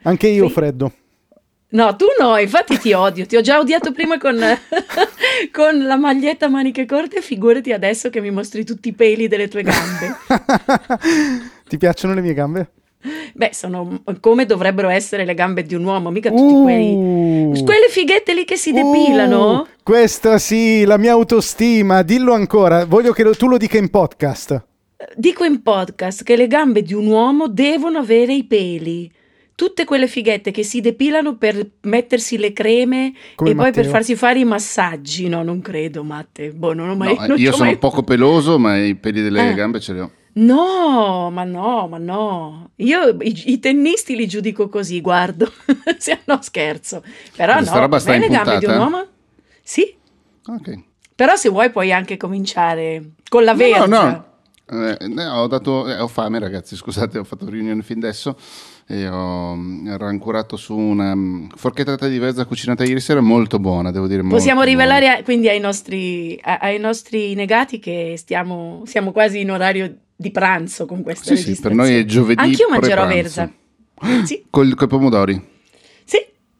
Anche io ho freddo. No, tu no, infatti ti odio, ti ho già odiato prima con la maglietta a maniche corte, figurati adesso che mi mostri tutti i peli delle tue gambe. Ti piacciono le mie gambe? Beh, sono come dovrebbero essere le gambe di un uomo, mica tutti quelle fighette lì che si depilano. Questa sì, la mia autostima, dillo ancora, voglio che tu lo dica in podcast. Dico in podcast che le gambe di un uomo devono avere i peli. Tutte quelle fighette che si depilano per mettersi le creme come e Matteo. poi per farsi fare i massaggi. No, non credo, Matte. Boh, non ho mai... No, io sono poco peloso, ma i peli delle gambe ce li ho. No, ma no. Io i tennisti li giudico così, guardo. No, scherzo. Però Questa no, roba sta in le gambe di un puntata? uomo? Sì. Ok. Però se vuoi puoi anche cominciare con la verza. Ho fame, ragazzi, scusate, ho fatto riunione fin adesso e ho rancurato su una forchettata di verza cucinata ieri sera, molto buona, devo dire. Possiamo molto rivelare buona. quindi ai nostri negati che siamo quasi in orario di pranzo con questa registrazione. Sì, per noi è giovedì. Anch'io mangerò pre-pranzo. verza. Sì. Coi pomodori. Sì.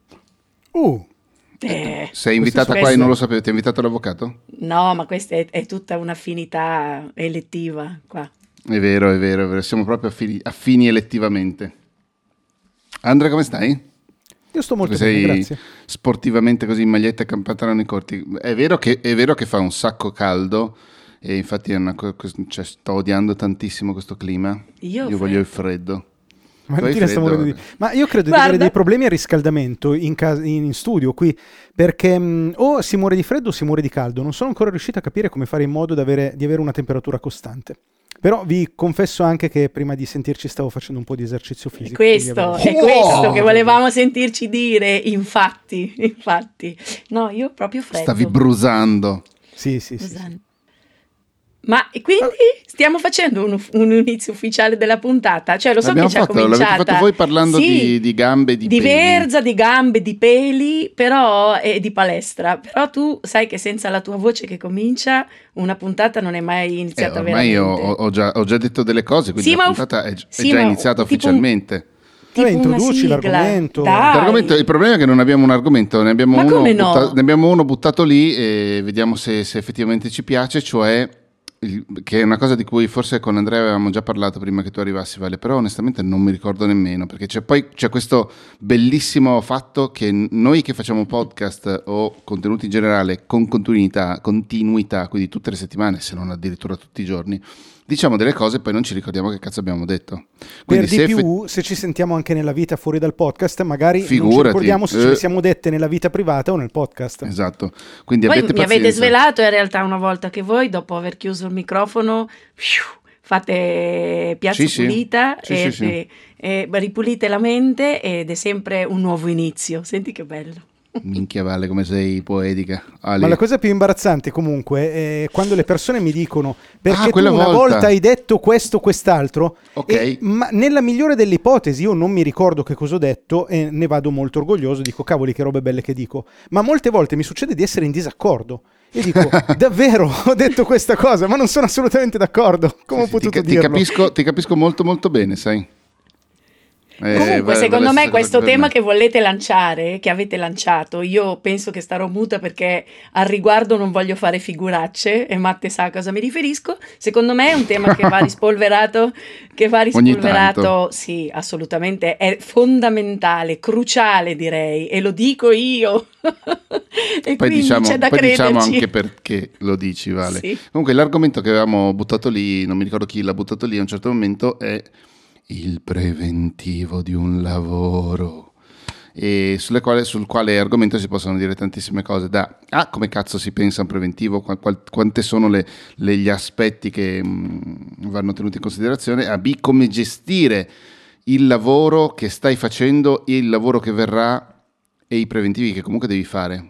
Sei invitata qua e non lo sapevo, ti ha invitato l'avvocato? No, ma questa è tutta un'affinità elettiva qua. È vero, siamo proprio affini elettivamente. Andrea, come stai? Io sto molto Perché bene, sei grazie. sportivamente così in maglietta e pantaloni corti. È vero che fa un sacco caldo e infatti è sto odiando tantissimo questo clima. Io voglio il freddo. Ma, Tu hai freddo? Ma io credo di avere dei problemi al riscaldamento in studio qui, perché o si muore di freddo o si muore di caldo. Non sono ancora riuscito a capire come fare in modo di avere una temperatura costante. Però vi confesso anche che prima di sentirci stavo facendo un po' di esercizio fisico. È questo che volevamo sentirci dire, infatti. No, io proprio freddo. Stavi brusando. Sì. Ma quindi stiamo facendo un inizio ufficiale della puntata? Cioè, lo so che ci ha cominciata. L'avete fatto voi parlando di gambe, di peli. verza, di gambe, di peli, però e di palestra. Però tu sai che senza la tua voce che comincia, una puntata non è mai iniziata ormai veramente. ho già detto delle cose, quindi Sì, la ma puntata è sì, già ma iniziata tipo ufficialmente. Tipo una introduci sigla. l'argomento. Dai. Il problema è che non abbiamo un argomento, ne abbiamo, Ma come no? ne abbiamo uno buttato lì e vediamo se effettivamente ci piace, cioè che è una cosa di cui forse con Andrea avevamo già parlato prima che tu arrivassi, Vale, però onestamente non mi ricordo nemmeno, perché c'è questo bellissimo fatto che noi che facciamo podcast o contenuti in generale con continuità, quindi tutte le settimane, se non addirittura tutti i giorni, diciamo delle cose e poi non ci ricordiamo che cazzo abbiamo detto. Quindi Per di più, se ci sentiamo anche nella vita fuori dal podcast, magari non ci Figurati, ricordiamo se ce le siamo dette nella vita privata o nel podcast. Esatto. Quindi Voi avete mi avete pazienza. svelato in realtà una volta che voi, dopo aver chiuso il microfono, fate piazza Sì. pulita Sì, sì. e ripulite la mente ed è sempre un nuovo inizio. Senti che bello. Minchia, Vale, come sei poetica. Ali. Ma la cosa più imbarazzante comunque è quando le persone mi dicono perché tu quella una volta volta hai detto questo, quest'altro, Ok. ma nella migliore delle ipotesi io non mi ricordo che cosa ho detto e ne vado molto orgoglioso, dico cavoli che robe belle che dico, ma molte volte mi succede di essere in disaccordo. Io dico, davvero, ho detto questa cosa, ma non sono assolutamente d'accordo. Come ho potuto dirlo? Ti capisco molto molto bene, sai. Comunque, secondo me questo tema che che volete lanciare, che avete lanciato, io penso che starò muta perché al riguardo non voglio fare figuracce e Matte sa a cosa mi riferisco. Secondo me è un tema che va rispolverato, Ogni tanto. sì, assolutamente, è fondamentale, cruciale direi, e lo dico io. E Poi quindi diciamo, c'è da poi diciamo crederci. anche perché lo dici, Vale. Sì. Comunque l'argomento che avevamo buttato lì, non mi ricordo chi l'ha buttato lì a un certo momento, è il preventivo di un lavoro. E sul quale argomento si possono dire tantissime cose, da come cazzo si pensa a un preventivo, quante sono gli aspetti che vanno tenuti in considerazione, a B, come gestire il lavoro che stai facendo, il lavoro che verrà e i preventivi che comunque devi fare,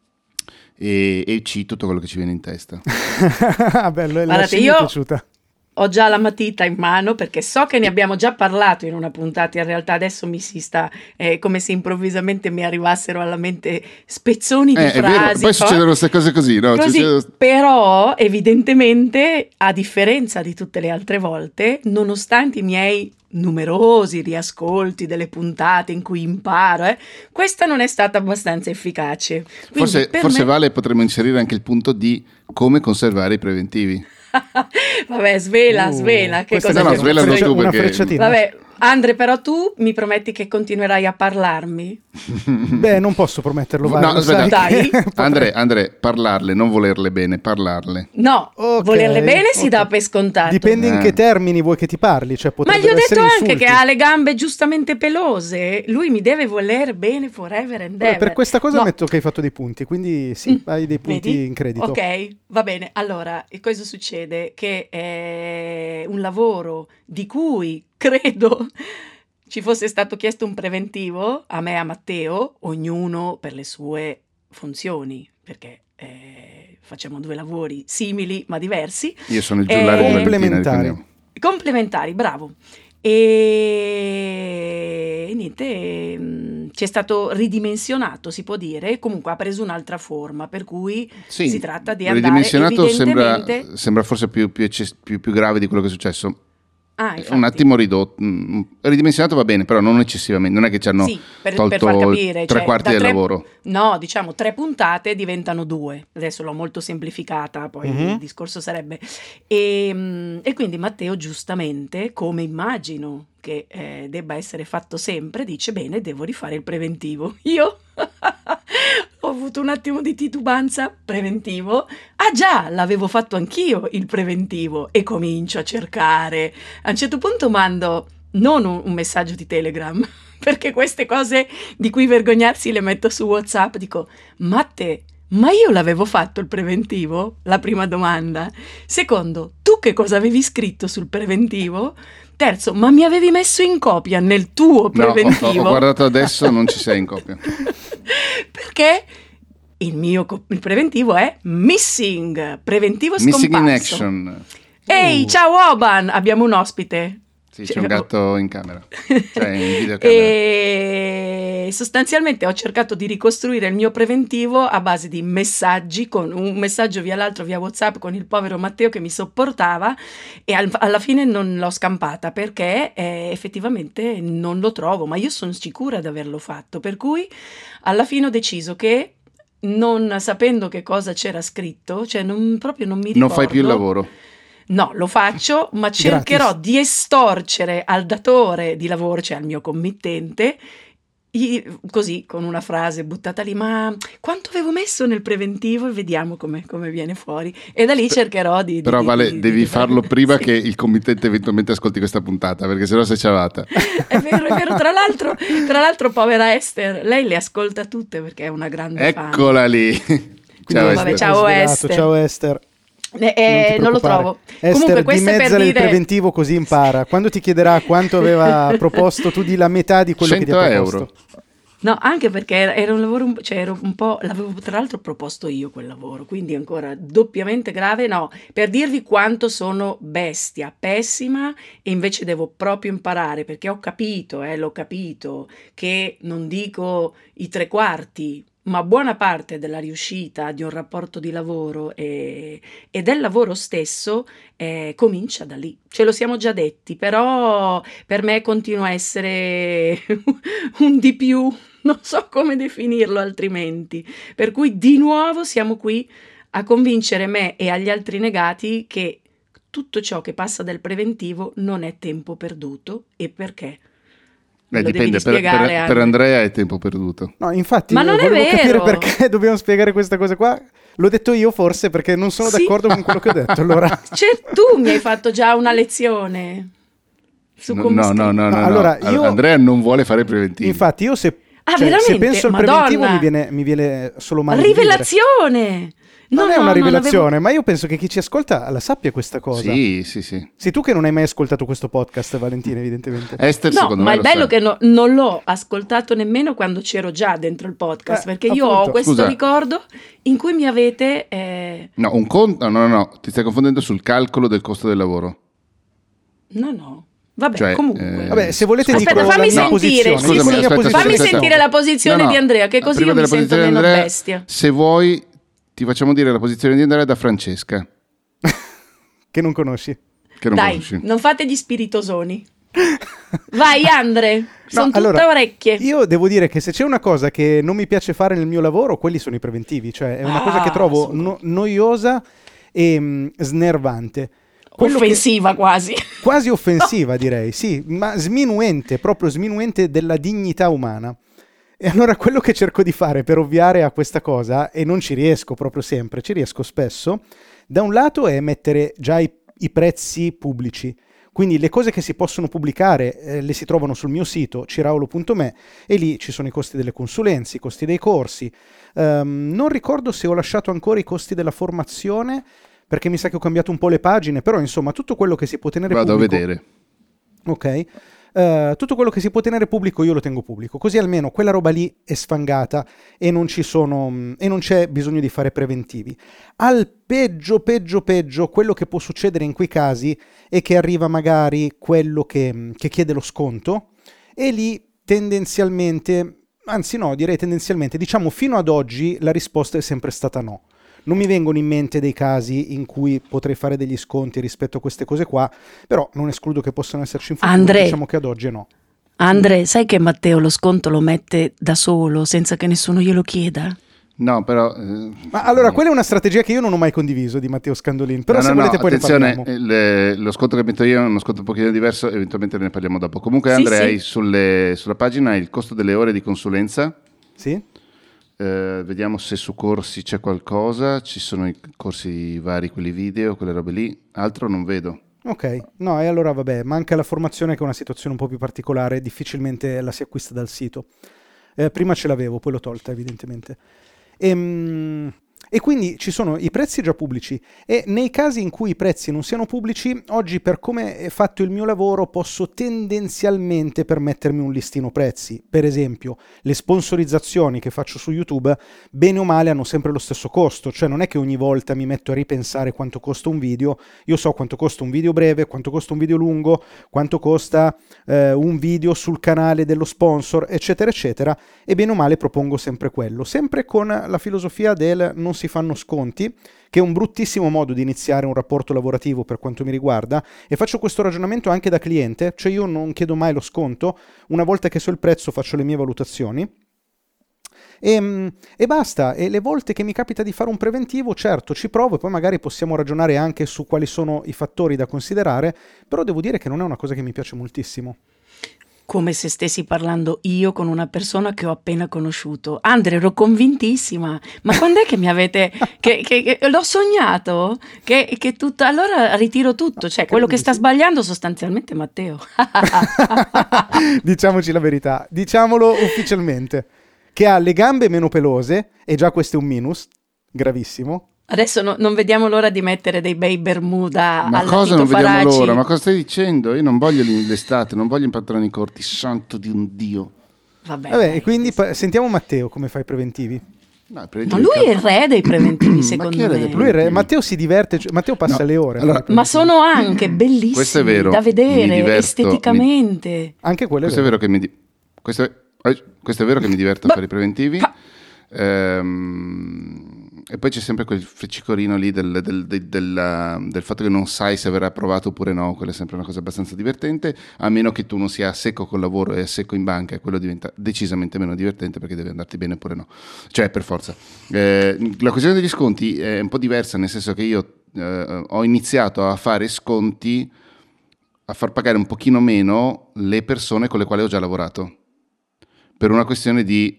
e C, tutto quello che ci viene in testa. Bello, la Guardate, scia mi è piaciuta. ho già la matita in mano perché so che ne abbiamo già parlato in una puntata, in realtà adesso mi si sta come se improvvisamente mi arrivassero alla mente spezzoni di frasi. È vero. Poi succedono queste cose così, no? Però evidentemente, a differenza di tutte le altre volte, nonostante i miei numerosi riascolti delle puntate in cui imparo, questa non è stata abbastanza efficace. Forse Vale, potremmo inserire anche il punto di come conservare i preventivi. Vabbè, svela che cosa no, svelalo tu una perché... frecciatina. Vabbè, Andre, però tu mi prometti che continuerai a parlarmi? Beh, non posso prometterlo, Vale. No, aspetta. Dai. Andre, parlarle, non volerle bene, parlarle. No, Ok, volerle bene si ok. dà per scontato. Dipende in che termini vuoi che ti parli, cioè Ma gli ho potrebbero detto essere anche insulti. che ha le gambe giustamente pelose. Lui mi deve voler bene forever and ever. Per questa cosa No. ammetto che hai fatto dei punti, quindi sì, hai dei punti Vedi? in credito. Ok, va bene. Allora, e cosa succede? Che è un lavoro di cui credo ci fosse stato chiesto un preventivo a me e a Matteo, ognuno per le sue funzioni, perché facciamo due lavori simili ma diversi. Io sono il giullare di Valentina, complementari. riprendiamo. Complementari, bravo. E niente, ci è stato ridimensionato, si può dire, comunque ha preso un'altra forma, per cui Sì, si tratta di andare ridimensionato evidentemente... sembra forse più grave di quello che è successo. Ah, infatti. Un attimo ridotto, ridimensionato va bene, però non eccessivamente, non è che ci hanno Sì, per tolto far capire, tre cioè, quarti da del 3 lavoro. No, diciamo 3 puntate diventano 2. Adesso l'ho molto semplificata, poi il discorso sarebbe. E quindi Matteo giustamente, come immagino che debba essere fatto sempre, dice bene, devo rifare il preventivo. Io ho avuto un attimo di titubanza, preventivo. Ah già, l'avevo fatto anch'io il preventivo e comincio a cercare. A un certo punto mando non un messaggio di Telegram, perché queste cose di cui vergognarsi le metto su WhatsApp, dico, Matte, ma io l'avevo fatto il preventivo? La prima domanda. Secondo, tu che cosa avevi scritto sul preventivo? Terzo, ma mi avevi messo in copia nel tuo preventivo? No, ho guardato adesso, non ci sei in copia. Perché il preventivo è missing, preventivo scomparso. Missing in action. Ehi, ciao Oban, abbiamo un ospite. Sì, c'è un gatto in camera, cioè in videocamera. E sostanzialmente ho cercato di ricostruire il mio preventivo a base di messaggi, con un messaggio via l'altro via WhatsApp con il povero Matteo che mi sopportava, e alla fine non l'ho scampata perché effettivamente non lo trovo, ma io sono sicura di averlo fatto, per cui alla fine ho deciso che, non sapendo che cosa c'era scritto, cioè proprio non mi ricordo. Non fai più il lavoro. No, lo faccio, ma cercherò di estorcere al datore di lavoro, cioè al mio committente, così con una frase buttata lì, ma quanto avevo messo nel preventivo, e vediamo come viene fuori. E da lì cercherò di... Però Vale, devi farlo prima sì. che il committente eventualmente ascolti questa puntata, perché sennò sei ciavata. È vero. Tra l'altro, povera Esther, lei le ascolta tutte perché è una grande fan. Eccola lì. Ciao, vabbè, Esther. ciao Esther. Ciao Esther. Non lo trovo. Esther, Comunque questo è per dimezzale dire... il preventivo così impara. Quando ti chiederà quanto aveva proposto, tu di la metà di quello che ti ha 100 proposto. euro. No, anche perché era un lavoro, cioè ero un po', l'avevo tra l'altro proposto io quel lavoro, quindi ancora doppiamente grave, no, per dirvi quanto sono bestia, pessima, e invece devo proprio imparare, perché l'ho capito, che non dico i 3/4, ma buona parte della riuscita di un rapporto di lavoro e del lavoro stesso comincia da lì. Ce lo siamo già detti, però per me continua a essere un di più, non so come definirlo altrimenti. Per cui di nuovo siamo qui a convincere me e agli altri negati che tutto ciò che passa del preventivo non è tempo perduto. E perché? Dipende, per Andrea è tempo perduto. No, infatti, ma non è volevo capire vero. perché dobbiamo spiegare questa cosa qua. L'ho detto io forse perché non sono d'accordo con quello che ho detto. Allora, tu mi hai fatto già una lezione su come Allora, Andrea non vuole fare preventivi. Infatti, io se veramente? penso al Madonna. preventivo mi viene solo male. Rivelazione! Non è una rivelazione, ma io penso che chi ci ascolta la sappia questa cosa. Sì. Sei tu che non hai mai ascoltato questo podcast, Valentina, evidentemente. Esther, No, secondo ma me è bello che non l'ho ascoltato nemmeno quando c'ero già dentro il podcast, perché io appunto. ho questo Scusa. ricordo in cui mi avete... No, ti stai confondendo sul calcolo del costo del lavoro. No. Vabbè, Cioè, comunque. Vabbè, se volete Aspetta, dico fammi la mia sentire, posizione. sì, Dico la sì. mia posizione. Fammi sentire la posizione No, di Andrea, che così prima io mi della sento posizione di meno Andrea, bestia. Se vuoi, ti facciamo dire la posizione di Andrea da Francesca, Che non conosci. che non Dai, conosci. non fate gli spiritosoni. Vai Andre, sono tutta allora, orecchie. Io devo dire che se c'è una cosa che non mi piace fare nel mio lavoro, quelli sono i preventivi, cioè è una cosa che trovo noiosa e snervante. Offensiva quasi. Quasi offensiva direi, sì, ma sminuente, proprio sminuente della dignità umana. E allora quello che cerco di fare per ovviare a questa cosa, e non ci riesco proprio sempre, ci riesco spesso, da un lato è mettere già i prezzi pubblici. Quindi le cose che si possono pubblicare le si trovano sul mio sito ciraulo.me e lì ci sono i costi delle consulenze, i costi dei corsi. Non ricordo se ho lasciato ancora i costi della formazione, perché mi sa che ho cambiato un po' le pagine, però insomma tutto quello che si può tenere Vado pubblico... a vedere. Ok. Tutto quello che si può tenere pubblico io lo tengo pubblico, così almeno quella roba lì è sfangata e non c'è bisogno di fare preventivi. Al peggio, quello che può succedere in quei casi è che arriva magari quello che chiede lo sconto e lì tendenzialmente, diciamo fino ad oggi la risposta è sempre stata no. Non mi vengono in mente dei casi in cui potrei fare degli sconti rispetto a queste cose qua, però non escludo che possano esserci in futuro, diciamo che ad oggi no. Andre, sai che Matteo lo sconto lo mette da solo, senza che nessuno glielo chieda? No, però... Ma allora, quella è una strategia che io non ho mai condiviso di Matteo Scandolin, però se volete poi attenzione, ne parliamo. Lo sconto che metto io è uno sconto un pochino diverso, eventualmente ne parliamo dopo. Comunque Sì, Andrea, sì. hai sulla pagina il costo delle ore di consulenza. Sì? Vediamo se su corsi c'è qualcosa, ci sono i corsi vari, quelli video, quelle robe lì, altro non vedo. Ok, no, e allora vabbè, manca la formazione che è una situazione un po' più particolare, difficilmente la si acquista dal sito. Prima ce l'avevo, poi l'ho tolta evidentemente. E quindi ci sono i prezzi già pubblici e nei casi in cui i prezzi non siano pubblici, oggi per come è fatto il mio lavoro posso tendenzialmente permettermi un listino prezzi. Per esempio, le sponsorizzazioni che faccio su YouTube, bene o male hanno sempre lo stesso costo, cioè non è che ogni volta mi metto a ripensare quanto costa un video, io so quanto costa un video breve, quanto costa un video lungo, quanto costa un video sul canale dello sponsor, eccetera, eccetera, e bene o male propongo sempre quello, sempre con la filosofia del non si fanno sconti, che è un bruttissimo modo di iniziare un rapporto lavorativo per quanto mi riguarda, e faccio questo ragionamento anche da cliente, cioè io non chiedo mai lo sconto, una volta che so il prezzo faccio le mie valutazioni e basta. E le volte che mi capita di fare un preventivo, certo, ci provo e poi magari possiamo ragionare anche su quali sono i fattori da considerare, però devo dire che non è una cosa che mi piace moltissimo. Come se stessi parlando io con una persona che ho appena conosciuto. Andre, ero convintissima. Ma quando è che mi avete... che l'ho sognato? Che tutto... Allora ritiro tutto. Cioè, quello che sta sbagliando sostanzialmente è Matteo. Diciamoci la verità. Diciamolo ufficialmente. Che ha le gambe meno pelose, e già questo è un minus, gravissimo. Adesso non vediamo l'ora di mettere dei bei Bermuda Ma alla cosa Tito non vediamo Faraci. l'ora? Ma cosa stai dicendo? Io non voglio l'estate, non voglio i pantaloni corti, santo di un Dio. Vabbè, e quindi sentiamo Matteo come fa i preventivi. Ma lui è il re dei preventivi, secondo me. Lui è il re. Matteo si diverte, Matteo passa le ore. Allora, ma sono anche bellissimi questo è vero, da vedere mi diverto, esteticamente. Anche quello questo è vero che questo è vero che mi diverto a fare i preventivi. E poi c'è sempre quel friccicorino lì del fatto che non sai se verrà approvato oppure no, quella è sempre una cosa abbastanza divertente, a meno che tu non sia a secco col lavoro e a secco in banca, e quello diventa decisamente meno divertente perché deve andarti bene oppure no, cioè per forza. La questione degli sconti è un po' diversa, nel senso che io ho iniziato a fare sconti, a far pagare un pochino meno le persone con le quali ho già lavorato, per una questione di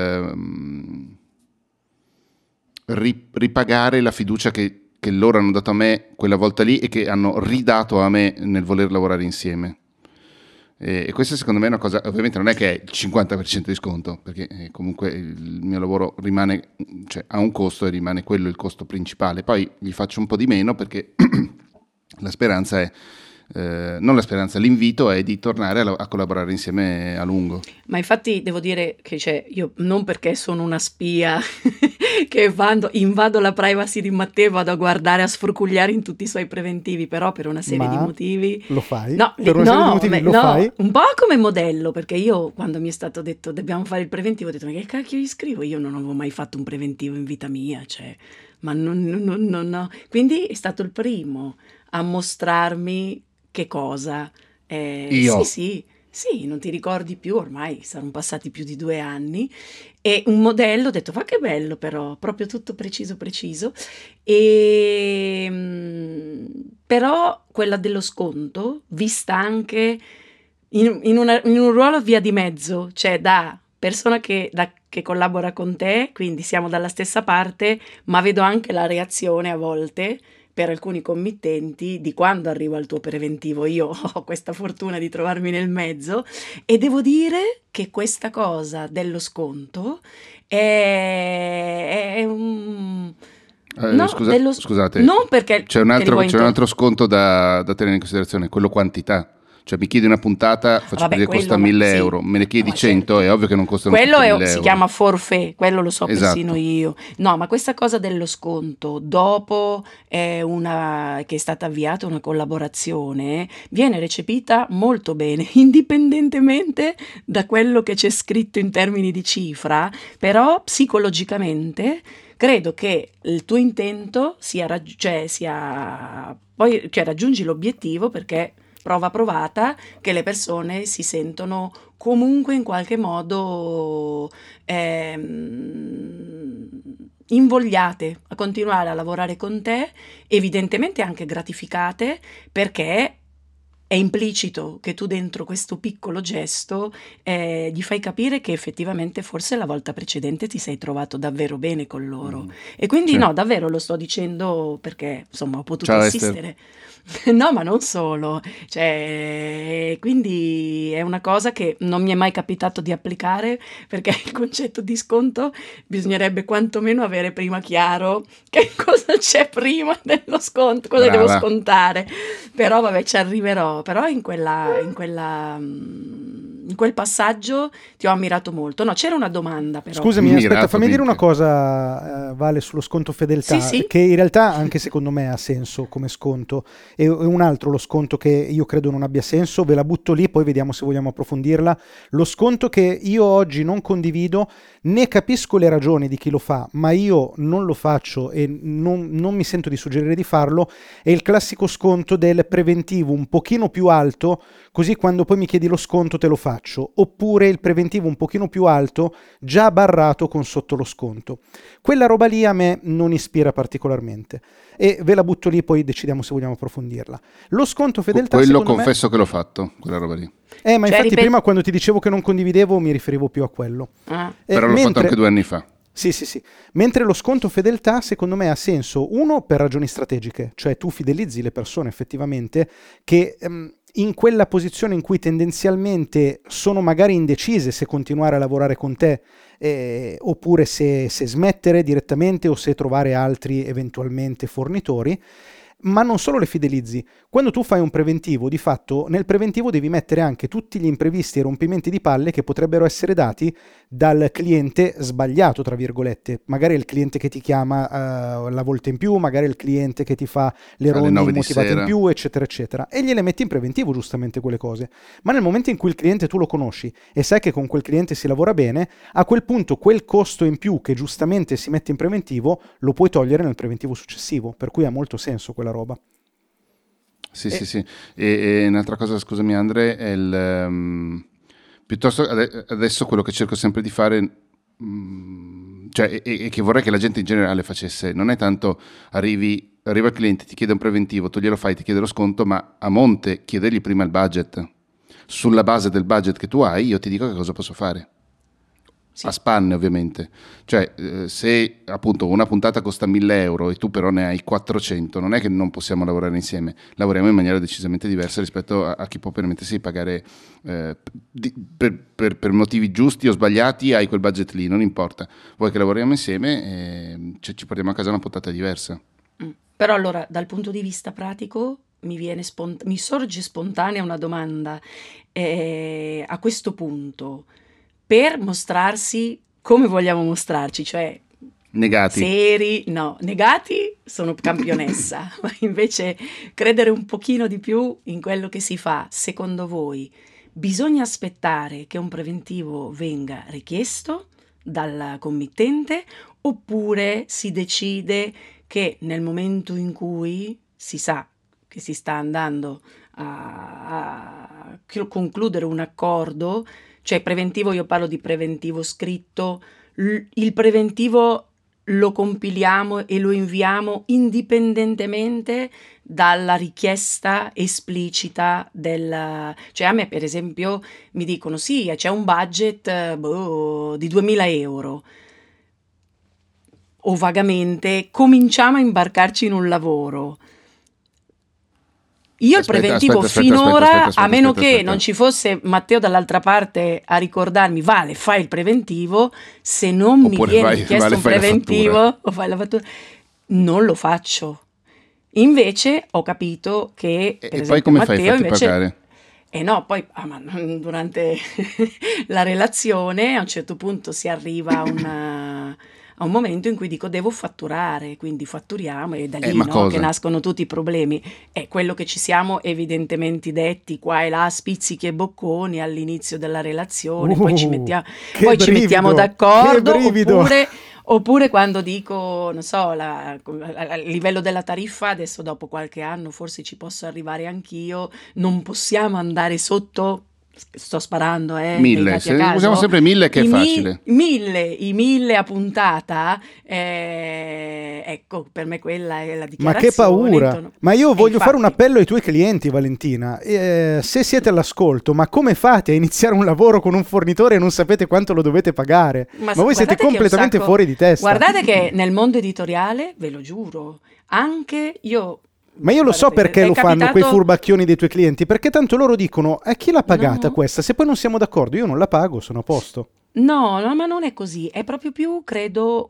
ripagare la fiducia che loro hanno dato a me quella volta lì e che hanno ridato a me nel voler lavorare insieme. E questa secondo me è una cosa, ovviamente non è che è il 50% di sconto, perché comunque il mio lavoro rimane, cioè ha un costo e rimane quello il costo principale. Poi gli faccio un po' di meno perché la speranza è non la speranza, l'invito è di tornare a collaborare insieme a lungo. Ma infatti devo dire che io non perché sono una spia che invado la privacy di Matteo e vado a guardare, a sfrucugliare in tutti i suoi preventivi, però per una serie di Ma motivi. lo fai? No, Per una serie di motivi lo no, fai? un po' come modello, perché io quando mi è stato detto dobbiamo fare il preventivo, ho detto ma che cacchio gli scrivo? Io non avevo mai fatto un preventivo in vita mia, cioè, ma no. Quindi è stato il primo a mostrarmi che cosa. Io. Sì, non ti ricordi più, ormai saranno passati più di 2 anni, e un modello, ho detto, ma che bello però, proprio tutto preciso preciso, però quella dello sconto, vista anche in un ruolo via di mezzo, cioè da persona che collabora con te, quindi siamo dalla stessa parte, ma vedo anche la reazione a volte per alcuni committenti di quando arrivo al tuo preventivo. Io ho questa fortuna di trovarmi nel mezzo e devo dire che questa cosa dello sconto è un... No, Scusate, non perché te li vuoi c'è un altro sconto da tenere in considerazione, quello quantità. Cioè mi chiedi una puntata, faccio Vabbè, dire costa quello 1000 sì, euro, me ne no, chiedi ma 100, certo. è ovvio che non costano Quello tutte 1000 si euro. chiama forfait, quello lo so persino Esatto. io. No, ma questa cosa dello sconto, dopo che è stata avviata una collaborazione, viene recepita molto bene, indipendentemente da quello che c'è scritto in termini di cifra, però psicologicamente credo che il tuo intento cioè raggiungi l'obiettivo perché prova provata che le persone si sentono comunque in qualche modo invogliate a continuare a lavorare con te, evidentemente anche gratificate perché è implicito che tu dentro questo piccolo gesto gli fai capire che effettivamente forse la volta precedente ti sei trovato davvero bene con loro. Mm. E quindi Sì. no, davvero lo sto dicendo perché insomma ho potuto Ciao Esther. assistere. No, ma non solo, cioè, quindi è una cosa che non mi è mai capitato di applicare perché il concetto di sconto bisognerebbe quantomeno avere prima chiaro che cosa c'è prima dello sconto, cosa devo Brava. scontare. Però vabbè, ci arriverò. Però in quel passaggio ti ho ammirato molto. No, c'era una domanda però. Scusami, aspetta, Mirato, fammi dire una minchia. cosa, Vale, sullo sconto Sì, fedeltà, sì. che in realtà anche secondo me ha senso come sconto, e un altro lo sconto che io credo non abbia senso, ve la butto lì, poi vediamo se vogliamo approfondirla. Lo sconto che io oggi non condivido, né capisco le ragioni di chi lo fa, ma io non lo faccio e non mi sento di suggerire di farlo, è il classico sconto del preventivo un pochino più alto, così quando poi mi chiedi lo sconto te lo faccio, oppure il preventivo un pochino più alto, già barrato con sotto lo sconto. Quella roba lì a me non ispira particolarmente e ve la butto lì, poi decidiamo se vogliamo approfondirla. Lo sconto fedeltà Quello secondo me... confesso che l'ho fatto, quella roba lì. Ma Cioè, infatti ripet- prima quando ti dicevo che non condividevo mi riferivo più a quello. Ah, Però l'ho fatto anche 2 anni fa. Sì. Mentre lo sconto fedeltà secondo me ha senso, uno, per ragioni strategiche, cioè tu fidelizzi le persone effettivamente che in quella posizione in cui tendenzialmente sono magari indecise se continuare a lavorare con te oppure se smettere direttamente o se trovare altri eventualmente fornitori. Ma non solo le fidelizzi, quando tu fai un preventivo, di fatto nel preventivo devi mettere anche tutti gli imprevisti e rompimenti di palle che potrebbero essere dati dal cliente sbagliato, tra virgolette. Magari è il cliente che ti chiama la volta in più, magari è il cliente che ti fa le Alle ronde 9 di immotivate in sera. più, eccetera, eccetera. E gliele metti in preventivo giustamente quelle cose. Ma nel momento in cui il cliente tu lo conosci e sai che con quel cliente si lavora bene, a quel punto quel costo in più che giustamente si mette in preventivo lo puoi togliere nel preventivo successivo, per cui ha molto senso quella roba. Sì. E un'altra cosa, scusami Andre, è piuttosto adesso quello che cerco sempre di fare, cioè, e che vorrei che la gente in generale facesse, non è tanto arriva il cliente, ti chiede un preventivo, tu glielo fai, ti chiede lo sconto, ma a monte chiedergli prima il budget. Sulla base del budget che tu hai, io ti dico che cosa posso fare. sì. A spanne ovviamente, cioè se appunto una puntata costa 1000 euro e tu però ne hai 400, non è che non possiamo lavorare insieme, lavoriamo in maniera decisamente diversa rispetto a chi può permettersi di pagare per motivi giusti o sbagliati, hai quel budget lì, non importa, vuoi che lavoriamo insieme, ci portiamo a casa una puntata diversa. Però allora, dal punto di vista pratico, mi sorge spontanea una domanda. A questo punto, per mostrarsi come vogliamo mostrarci, cioè Negati. seri, no, negati sono campionessa, ma invece credere un pochino di più in quello che si fa. Secondo voi bisogna aspettare che un preventivo venga richiesto dal committente oppure si decide che nel momento in cui si sa che si sta andando a concludere un accordo, cioè preventivo, io parlo di preventivo scritto, il preventivo lo compiliamo e lo inviamo indipendentemente dalla richiesta esplicita cioè a me per esempio mi dicono sì, c'è un budget di 2000 euro o vagamente cominciamo a imbarcarci in un lavoro. Io il preventivo finora, a meno che non ci fosse Matteo dall'altra parte a ricordarmi, Vale, fai il preventivo, se non mi viene richiesto un preventivo o fai la fattura, non lo faccio. Invece ho capito che per esempio, poi come Matteo fai a farti invece pagare? No, poi durante la relazione a un certo punto si arriva a un momento in cui dico devo fatturare, quindi fatturiamo e da lì che nascono tutti i problemi. È quello che ci siamo evidentemente detti qua e là, spizzichi e bocconi all'inizio della relazione, poi ci mettiamo d'accordo, oppure quando dico, non so, a livello della tariffa, adesso dopo qualche anno forse ci posso arrivare anch'io, non possiamo andare sotto, sto sparando, 1000, se usiamo sempre 1000 che è facile. 1000 a puntata, ecco, per me quella è la dichiarazione. Ma che paura! Ma io voglio fare un appello ai tuoi clienti, Valentina. Se siete all'ascolto, ma come fate a iniziare un lavoro con un fornitore e non sapete quanto lo dovete pagare? Ma voi siete completamente fuori di testa. Guardate che nel mondo editoriale, ve lo giuro, anche io... Ma io lo so perché lo fanno quei furbacchioni dei tuoi clienti, perché tanto loro dicono chi l'ha pagata questa? Se poi non siamo d'accordo, io non la pago, sono a posto. No, ma non è così, è proprio più, credo,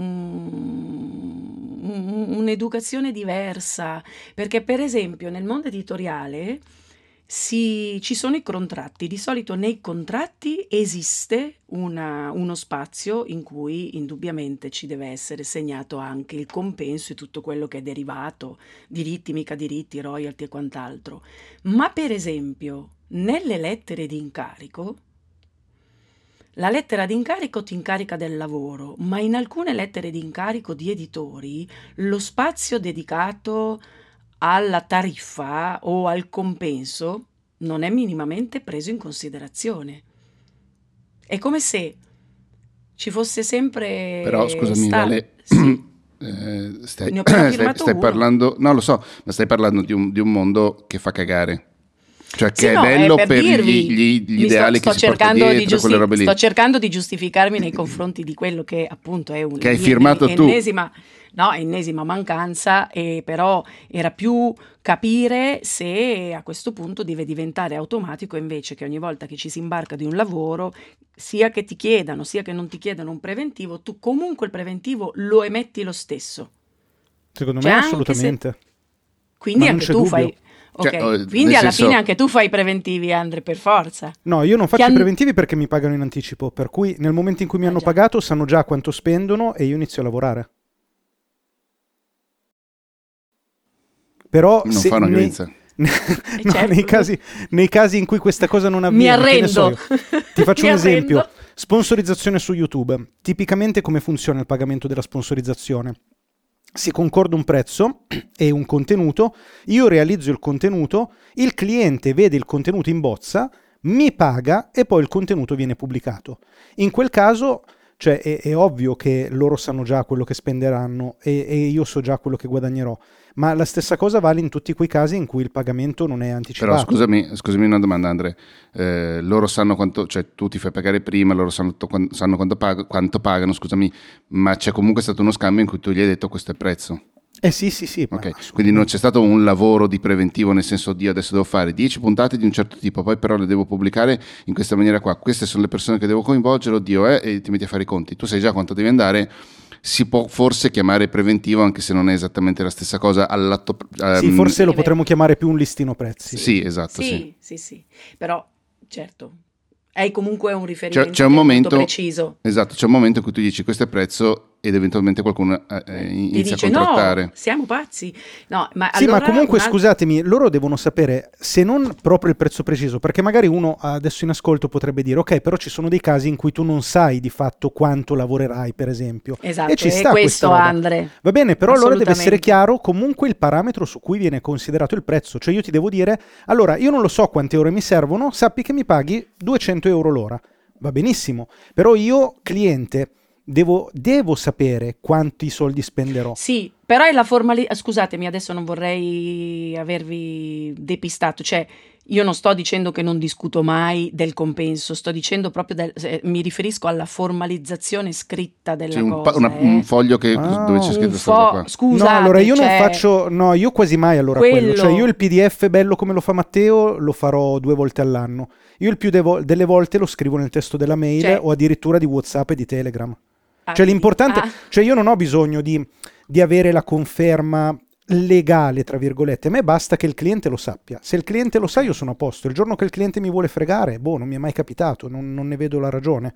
un'educazione diversa, perché per esempio nel mondo editoriale ci sono i contratti, di solito nei contratti esiste uno spazio in cui indubbiamente ci deve essere segnato anche il compenso e tutto quello che è derivato, diritti, mica diritti, royalty e quant'altro. Ma per esempio nelle lettere di incarico, la lettera di incarico ti incarica del lavoro, ma in alcune lettere di incarico di editori lo spazio dedicato alla tariffa o al compenso non è minimamente preso in considerazione. È come se ci fosse sempre... Però scusami, Vale, sì. stai parlando, no lo so, ma stai parlando di un mondo che fa cagare. Cioè che è bello per gli ideali che si porta dietro, quelle robe lì. Sto cercando di giustificarmi nei confronti di quello che appunto è che hai firmato tu. Ennesima mancanza, e però era più capire se a questo punto deve diventare automatico invece che ogni volta che ci si imbarca di un lavoro, sia che ti chiedano, sia che non ti chiedano un preventivo, tu comunque il preventivo lo emetti lo stesso. Secondo me assolutamente. Quindi anche tu fai... Ok, quindi alla fine anche tu fai i preventivi, Andre, per forza. No, io non faccio i preventivi perché mi pagano in anticipo, per cui nel momento in cui mi hanno pagato sanno già quanto spendono e io inizio a lavorare. Però non fanno violenza. Certo. nei casi in cui questa cosa non avviene, mi arrendo. Ti faccio un esempio. Sponsorizzazione su YouTube. Tipicamente come funziona il pagamento della sponsorizzazione? Si concorda un prezzo e un contenuto, io realizzo il contenuto, il cliente vede il contenuto in bozza, mi paga e poi il contenuto viene pubblicato. In quel caso, cioè, è ovvio che loro sanno già quello che spenderanno e io so già quello che guadagnerò, ma la stessa cosa vale in tutti quei casi in cui il pagamento non è anticipato. Però scusami una domanda, Andre. Loro sanno quanto, cioè tu ti fai pagare prima, loro sanno quanto pagano, scusami, ma c'è comunque stato uno scambio in cui tu gli hai detto questo è il prezzo. Sì. Okay. Quindi non c'è stato un lavoro di preventivo nel senso di adesso devo fare 10 puntate di un certo tipo, poi però le devo pubblicare in questa maniera qua, queste sono le persone che devo coinvolgere, e ti metti a fare i conti, tu sai già quanto devi andare. Si può forse chiamare preventivo anche se non è esattamente la stessa cosa all'atto. Sì, forse lo potremmo chiamare più un listino prezzi. Sì, esatto. Sì. Però certo hai comunque un riferimento c'è un momento, molto preciso. Esatto, c'è un momento in cui tu dici questo è prezzo ed eventualmente qualcuno Ti inizia dice a contrattare. no, siamo pazzi. No, ma Sì, allora ma comunque un scusatemi, loro devono sapere, se non proprio il prezzo preciso, perché magari uno adesso in ascolto potrebbe dire ok, però ci sono dei casi in cui tu non sai di fatto quanto lavorerai, per esempio. esatto, E ci è sta questa questo, roba. Andre. Va bene, però allora deve essere Assolutamente. chiaro comunque il parametro su cui viene considerato il prezzo. Cioè io ti devo dire, allora io non lo so quante ore mi servono, sappi che mi paghi 200 euro l'ora. Va benissimo, però io, cliente, devo sapere quanti soldi spenderò. Sì, però è la formalità. Scusatemi, adesso non vorrei avervi depistato, cioè io non sto dicendo che non discuto mai del compenso, sto dicendo proprio mi riferisco alla formalizzazione scritta C'è della un, cosa, un foglio dove c'è un scritto questa roba qua. No, scusate, allora io non cioè, faccio, no, io quasi mai allora quello, cioè quello, io il PDF bello come lo fa Matteo lo farò 2 volte all'anno, io il più delle volte lo scrivo nel testo della mail cioè, o addirittura di WhatsApp e di Telegram. Cioè vedi, l'importante, cioè io non ho bisogno di avere la conferma legale, tra virgolette, a me basta che il cliente lo sappia. Se il cliente lo sa io sono a posto, il giorno che il cliente mi vuole fregare, boh, non mi è mai capitato, non ne vedo la ragione.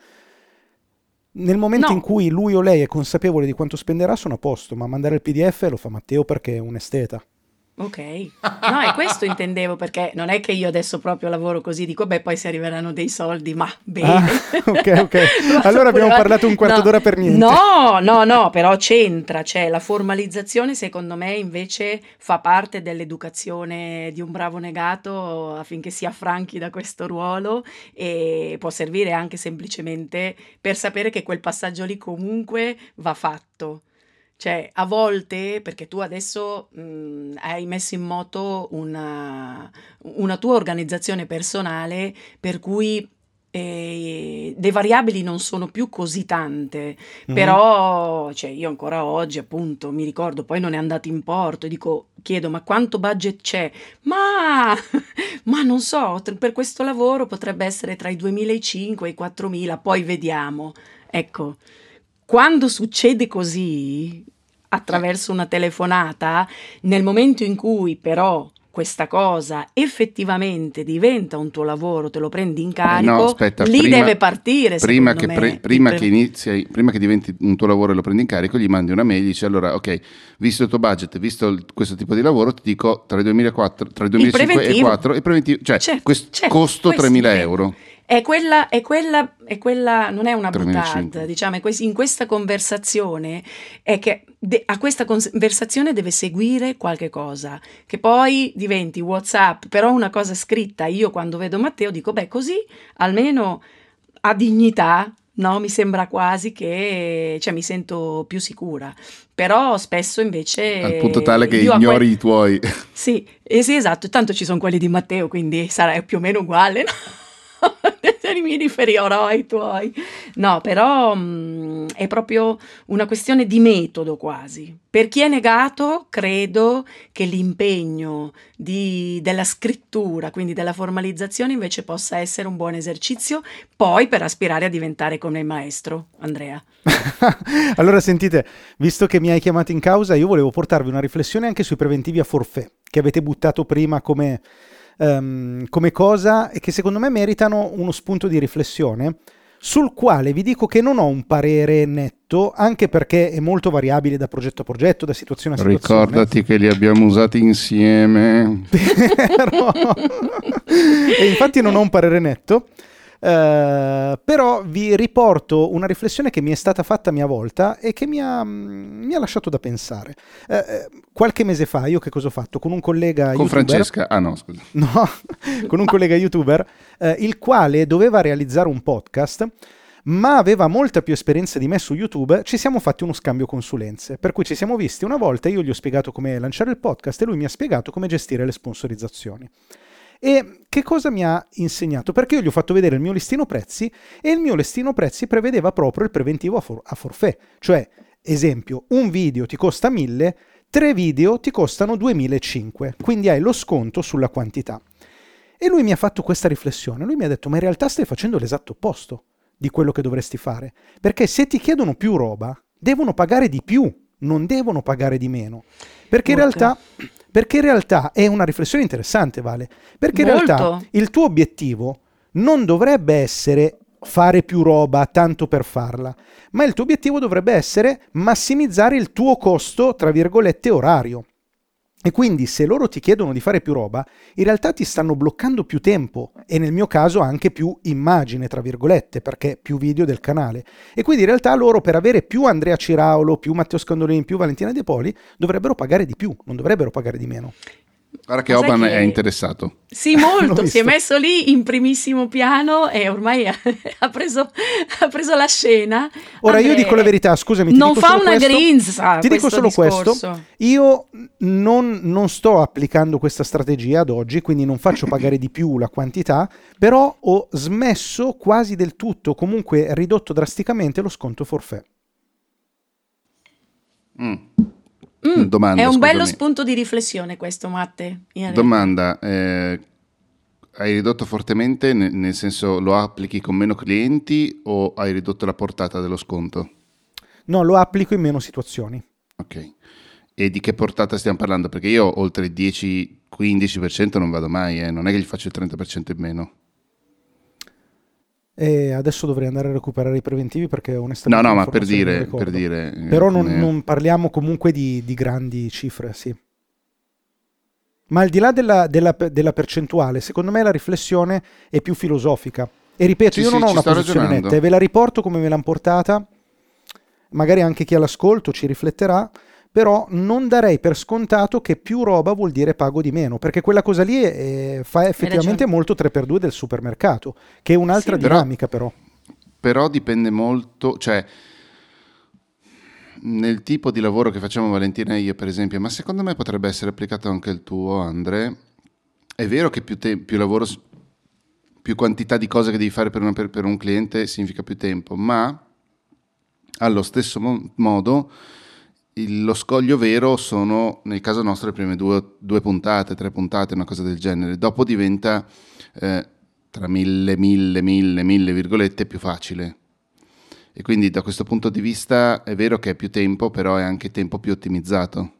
Nel momento in no. cui lui o lei è consapevole di quanto spenderà sono a posto, ma mandare il PDF lo fa Matteo perché è un esteta. Ok, no, è questo intendevo, perché non è che io adesso proprio lavoro così, dico, beh, poi se arriveranno dei soldi, ma bene. Ah, ok. Allora abbiamo parlato un quarto d'ora per niente. No, però c'entra, cioè la formalizzazione secondo me invece fa parte dell'educazione di un bravo negato affinché si affranchi da questo ruolo, e può servire anche semplicemente per sapere che quel passaggio lì comunque va fatto. Cioè, a volte, perché tu adesso hai messo in moto una tua organizzazione personale per cui le variabili non sono più così tante, però cioè, io ancora oggi appunto mi ricordo, poi non è andato in porto e chiedo ma quanto budget c'è? Ma non so, per questo lavoro potrebbe essere tra i 2.500 e i 4.000, poi vediamo. Ecco. Quando succede così, attraverso una telefonata, nel momento in cui però questa cosa effettivamente diventa un tuo lavoro, te lo prendi in carico, no, aspetta, lì deve partire, prima secondo che, me. prima che inizi, prima che diventi un tuo lavoro e lo prendi in carico, gli mandi una mail e dici allora, ok, visto il tuo budget, visto questo tipo di lavoro, ti dico tra i 2005 e i 2004 e preventivo, cioè costo 3.000 euro. È quella, non è una 3.500. boutade, diciamo, in questa conversazione è che a questa conversazione deve seguire qualche cosa, che poi diventi WhatsApp, però una cosa scritta. Io quando vedo Matteo dico, beh, così almeno ha dignità, no? Mi sembra quasi che, cioè, mi sento più sicura. Però spesso invece al punto tale che io ignori i tuoi. Sì, sì, esatto, tanto ci sono quelli di Matteo, quindi sarà più o meno uguale, no? Mi riferirò ai tuoi. No, però è proprio una questione di metodo quasi. Per chi è negato, credo che l'impegno della scrittura, quindi della formalizzazione, invece possa essere un buon esercizio, poi per aspirare a diventare come il maestro, Andrea. Allora sentite, visto che mi hai chiamato in causa, io volevo portarvi una riflessione anche sui preventivi a forfait, che avete buttato prima come cosa e che secondo me meritano uno spunto di riflessione, sul quale vi dico che non ho un parere netto, anche perché è molto variabile da progetto a progetto, da situazione a situazione. Ricordati che li abbiamo usati insieme. E infatti non ho un parere netto. Però vi riporto una riflessione che mi è stata fatta a mia volta e che mi ha lasciato da pensare. Qualche mese fa io che cosa ho fatto? Con un collega con YouTuber, Francesca? Ah no, scusa. No, con un collega YouTuber, il quale doveva realizzare un podcast, ma aveva molta più esperienza di me su YouTube. Ci siamo fatti uno scambio consulenze, per cui ci siamo visti una volta, io gli ho spiegato come lanciare il podcast e lui mi ha spiegato come gestire le sponsorizzazioni. E che cosa mi ha insegnato? Perché io gli ho fatto vedere il mio listino prezzi e il mio listino prezzi prevedeva proprio il preventivo a forfait. Cioè, esempio, un video ti costa 1.000, 3 video ti costano 2.500, quindi hai lo sconto sulla quantità. E lui mi ha fatto questa riflessione, lui mi ha detto, ma in realtà stai facendo l'esatto opposto di quello che dovresti fare, perché se ti chiedono più roba, devono pagare di più, non devono pagare di meno. Perché in realtà è una riflessione interessante, Vale, perché in realtà il tuo obiettivo non dovrebbe essere fare più roba tanto per farla, ma il tuo obiettivo dovrebbe essere massimizzare il tuo costo, tra virgolette, orario. E quindi se loro ti chiedono di fare più roba, in realtà ti stanno bloccando più tempo e nel mio caso anche più immagine, tra virgolette, perché più video del canale. E quindi in realtà loro per avere più Andrea Ciraulo, più Matteo Scandolini, più Valentina De Poli dovrebbero pagare di più, non dovrebbero pagare di meno. Guarda che Ma sai Oban è che interessato. sì, L'ho molto, si è visto. messo lì in primissimo piano e ormai ha preso la scena. Ora io dico la Andre, verità, scusami, ti non dico fa solo una questo. grinza Ti dico questo solo questo. discorso. Io non sto applicando questa strategia ad oggi, quindi non faccio pagare di più la quantità, però ho smesso quasi del tutto, comunque ridotto drasticamente lo sconto forfait. Domanda, È un bello scusami. spunto di riflessione questo, Matte, in realtà. Domanda, hai ridotto fortemente, nel senso lo applichi con meno clienti o hai ridotto la portata dello sconto? No, lo applico in meno situazioni. Ok. E di che portata stiamo parlando? Perché io oltre il 10-15% non vado mai, non è che gli faccio il 30% in meno. E adesso dovrei andare a recuperare i preventivi perché No, onestamente no, ma per l'informazione non dire, ricordo. per dire, Però come- non parliamo comunque di grandi cifre, sì. Ma al di là della percentuale, secondo me la riflessione è più filosofica. E ripeto, Sì, io non sì, ho ci una sto posizione ragionando. netta e ve la riporto come me l'hanno portata. Magari anche chi all'ascolto ci rifletterà, però non darei per scontato che più roba vuol dire pago di meno, perché quella cosa lì fa Hai effettivamente ragione. molto 3x2 del supermercato, che è un'altra Sì. dinamica però. Però dipende molto, cioè nel tipo di lavoro che facciamo Valentina e io, per esempio, ma secondo me potrebbe essere applicato anche il tuo, Andre. È vero che più lavoro, più quantità di cose che devi fare per un cliente significa più tempo, ma allo stesso modo lo scoglio vero sono, nel caso nostro, le prime due puntate, 3 puntate, una cosa del genere. Dopo diventa, tra mille virgolette, più facile. E quindi da questo punto di vista è vero che è più tempo, però è anche tempo più ottimizzato.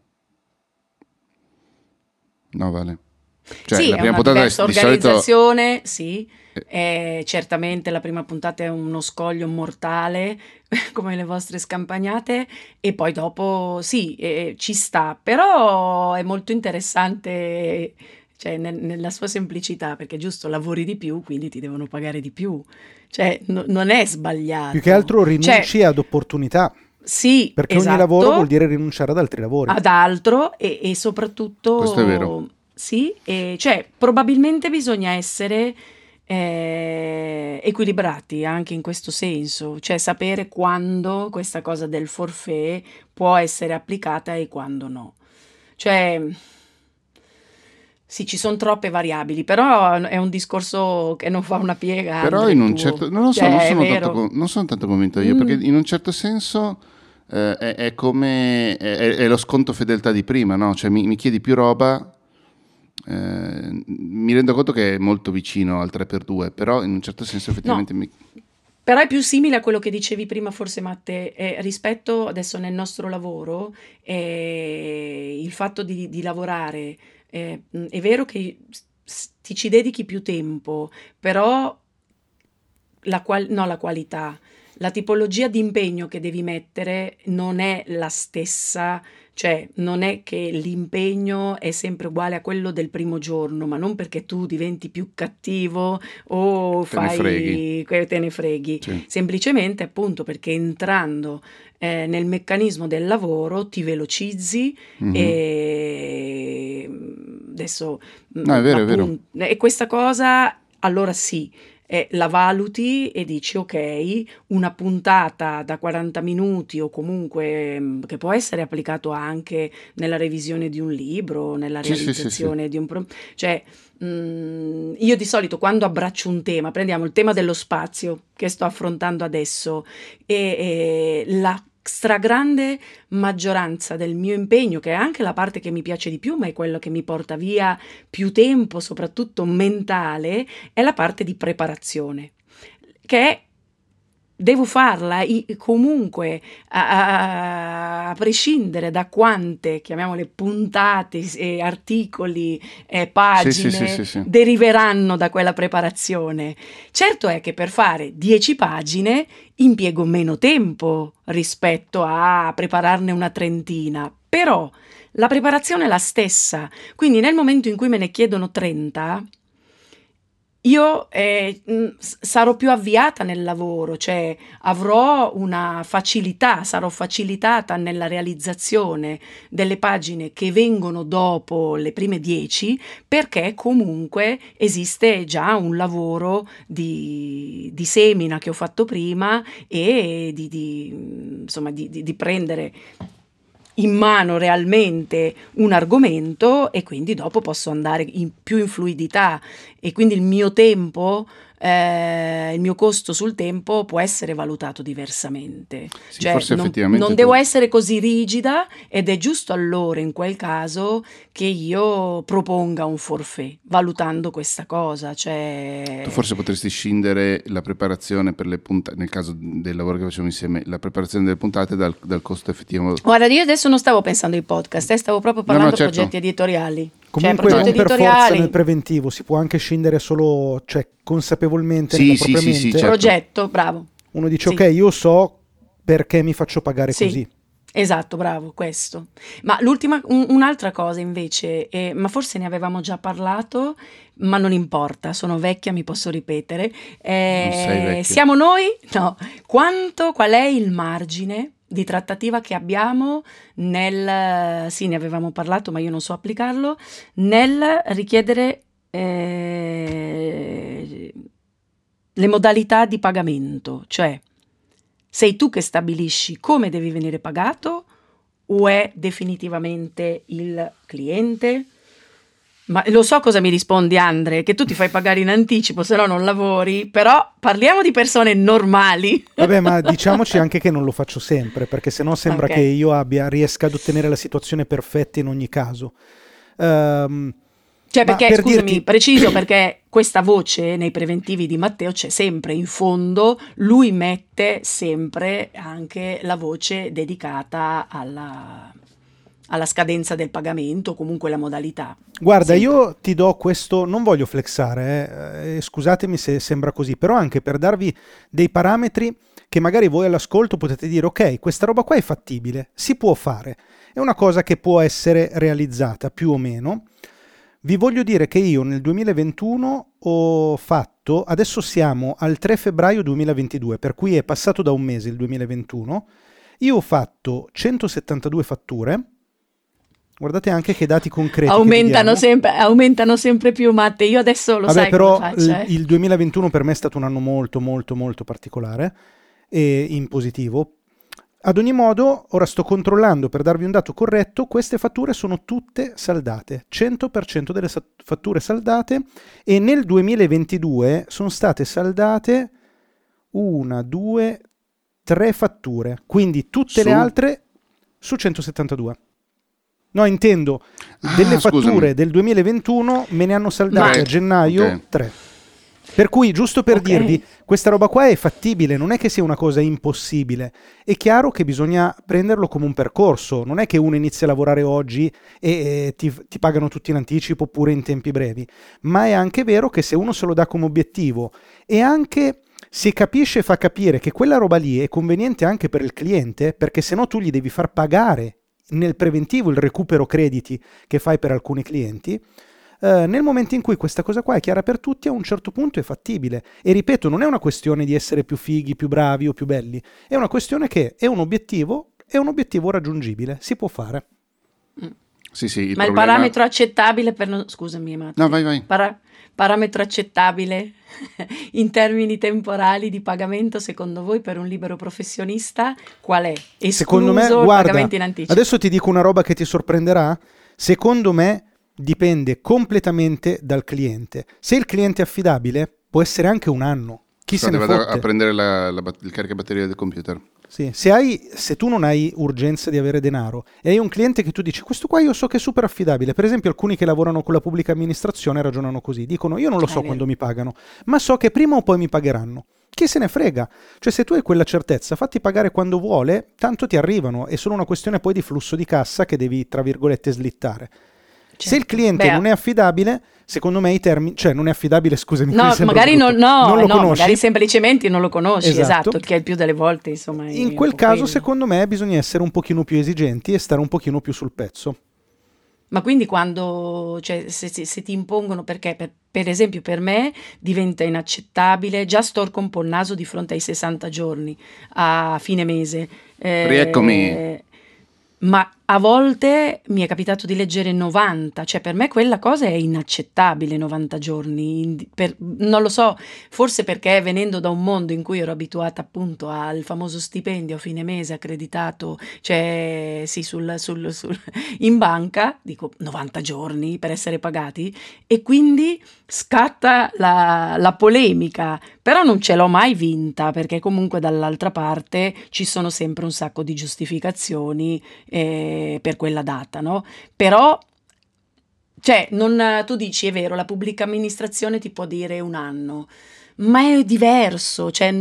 No, Vale? Cioè, Sì, la è prima una puntata diversa di solito... organizzazione, sì. Certamente la prima puntata è uno scoglio mortale, come le vostre scampagnate, e poi dopo sì, ci sta, però è molto interessante, cioè, nella sua semplicità, perché giusto, lavori di più, quindi ti devono pagare di più. Cioè, non è Più che sbagliato. altro Cioè, rinunci ad opportunità, sì, perché ogni lavoro vuol esatto, dire rinunciare ad altri lavori. ad altro e Questo è vero. soprattutto sì, cioè probabilmente bisogna essere equilibrati anche in questo senso, cioè sapere quando questa cosa del forfait può essere applicata e quando no. Cioè, sì, ci sono troppe variabili, però è un discorso che non fa una piega, Però Andre, in il un tuo. certo... Non lo so, Cioè, è vero. non sono tanto convinto io, perché Mm. in un certo senso è come... È lo sconto fedeltà di prima, no? Cioè mi chiedi più roba, mi rendo conto che è molto vicino al 3x2, però in un certo senso No, effettivamente mi... però è più simile a quello che dicevi prima, forse Matte, rispetto adesso nel nostro lavoro, il fatto di lavorare, è vero che ti ci dedichi più tempo, però no, la qualità, la tipologia di impegno che devi mettere non è la stessa, cioè non è che l'impegno è sempre uguale a quello del primo giorno, ma non perché tu diventi più cattivo o Te ne freghi. te ne freghi, Sì. semplicemente appunto perché entrando nel meccanismo del lavoro ti velocizzi Mhm. e adesso No, è vero, è vero. appunto, e questa cosa allora sì, la valuti e dici ok, una puntata da 40 minuti o comunque che può essere applicato anche nella revisione di un libro, nella Sì, sì, sì, sì. realizzazione di un cioè io di solito quando abbraccio un tema, prendiamo il tema dello spazio che sto affrontando adesso e la stragrande maggioranza del mio impegno, che è anche la parte che mi piace di più, ma è quello che mi porta via più tempo, soprattutto mentale, è la parte di preparazione, che è devo farla comunque a prescindere da quante, chiamiamole, puntate, articoli, pagine Sì. deriveranno da quella preparazione. Certo è che per fare 10 pagine impiego meno tempo rispetto a prepararne una trentina, però la preparazione è la stessa, quindi nel momento in cui me ne chiedono 30, io sarò più avviata nel lavoro, cioè avrò una facilità, sarò facilitata nella realizzazione delle pagine che vengono dopo le prime 10, perché comunque esiste già un lavoro di semina che ho fatto prima e di prendere in mano realmente un argomento, e quindi dopo posso andare più in fluidità, e quindi il mio tempo, il mio costo sul tempo può essere valutato diversamente. Sì, cioè forse effettivamente non devo essere così rigida, ed è giusto allora in quel caso che io proponga un forfait valutando questa cosa. Cioè, tu forse potresti scindere la preparazione per le puntate, nel caso del lavoro che facciamo insieme, la preparazione delle puntate dal costo effettivo. Guarda, io adesso non stavo pensando ai podcast, stavo proprio parlando certo. progetti editoriali. Comunque progetti non per forza editoriali, nel preventivo, si può anche scindere solo, cioè consapevolmente Sì, nella sì, propria sì, mente. sì, certo. progetto, bravo. Uno dice Sì. ok, io so perché mi faccio pagare Sì. così. Esatto, bravo, questo. Ma un'altra cosa invece, ma forse ne avevamo già parlato, ma non importa, sono vecchia, mi posso ripetere. Non sei vecchia. Siamo noi? No. Qual è il margine di trattativa che abbiamo sì, ne avevamo parlato, ma io non so applicarlo, nel richiedere le modalità di pagamento, cioè sei tu che stabilisci come devi venire pagato o è definitivamente il cliente? Ma lo so cosa mi rispondi, Andre, che tu ti fai pagare in anticipo, se no non lavori, però parliamo di persone normali. Vabbè, ma diciamoci anche che non lo faccio sempre, perché sennò sembra Ok. che io riesca ad ottenere la situazione perfetta in ogni caso. Cioè, Ma perché, per scusami, dirti- preciso, perché questa voce nei preventivi di Matteo c'è sempre, in fondo lui mette sempre anche la voce dedicata alla scadenza del pagamento, comunque la modalità. Guarda, Sempre. io ti do questo, non voglio flexare, scusatemi se sembra così, però anche per darvi dei parametri che magari voi all'ascolto potete dire ok, questa roba qua è fattibile, si può fare, è una cosa che può essere realizzata più o meno. Vi voglio dire che io nel 2021 ho fatto, adesso siamo al 3 febbraio 2022, per cui è passato da un mese il 2021, io ho fatto 172 fatture. Guardate anche che dati concreti Aumentano che vediamo. aumentano sempre più, Matte. Io adesso lo Vabbè, sai però come faccio, eh? il 2021 per me è stato un anno molto molto molto particolare e in positivo. Ad ogni modo, ora sto controllando per darvi un dato corretto, queste fatture sono tutte saldate, 100% delle fatture saldate, e nel 2022 sono state saldate 1, 2, 3 fatture, quindi tutte le Su? altre su 172. No, intendo, delle fatture scusami. del 2021 me ne hanno saldate Tre. a gennaio Ok. 3. Per cui, giusto per Ok. dirvi, questa roba qua è fattibile, non è che sia una cosa impossibile. È chiaro che bisogna prenderlo come un percorso, non è che uno inizia a lavorare oggi e ti pagano tutti in anticipo oppure in tempi brevi, ma è anche vero che se uno se lo dà come obiettivo e anche si capisce e fa capire che quella roba lì è conveniente anche per il cliente, perché se no tu gli devi far pagare nel preventivo il recupero crediti che fai per alcuni clienti. Nel momento in cui questa cosa qua è chiara per tutti, a un certo punto è fattibile. E ripeto, non è una questione di essere più fighi, più bravi o più belli, è una questione che è un obiettivo raggiungibile, si può fare. Sì, Ma il parametro accettabile scusami, Matte. No, vai. Parametro accettabile in termini temporali di pagamento, secondo voi, per un libero professionista, qual è? Escluso Secondo me, il guarda, pagamento in anticipo. adesso ti dico una roba che ti sorprenderà. Secondo me dipende completamente dal cliente. Se il cliente è affidabile, può essere anche un anno. Chi se ne vado fotte? a prendere il caricabatterie del computer. Sì. Se tu non hai urgenza di avere denaro e hai un cliente che tu dici questo qua io so che è super affidabile, per esempio alcuni che lavorano con la pubblica amministrazione ragionano così, dicono io non lo so Vero. quando mi pagano, ma so che prima o poi mi pagheranno. chi se ne frega? Cioè, se tu hai quella certezza, fatti pagare quando vuole, tanto ti arrivano, è solo una questione poi di flusso di cassa che devi, tra virgolette, slittare. Se il cliente non è affidabile, secondo me i termini, cioè non è affidabile, scusami, no, magari non lo conosci, magari semplicemente non lo conosci, esatto, che il più delle volte, insomma, in quel caso secondo me bisogna essere un pochino più esigenti e stare un pochino più sul pezzo. Ma quindi quando, cioè, se ti impongono, perché per esempio per me diventa inaccettabile, già storco un po' il naso di fronte ai 60 giorni a fine mese. Rieccomi. Ma a volte mi è capitato di leggere 90, cioè per me quella cosa è inaccettabile, 90 giorni, non lo so, forse perché venendo da un mondo in cui ero abituata appunto al famoso stipendio a fine mese accreditato, cioè sì, in banca, dico 90 giorni per essere pagati, e quindi scatta la polemica, però non ce l'ho mai vinta, perché comunque dall'altra parte ci sono sempre un sacco di giustificazioni per quella data, no? Però, cioè, tu dici, è vero, la pubblica amministrazione ti può dire un anno, ma è diverso, cioè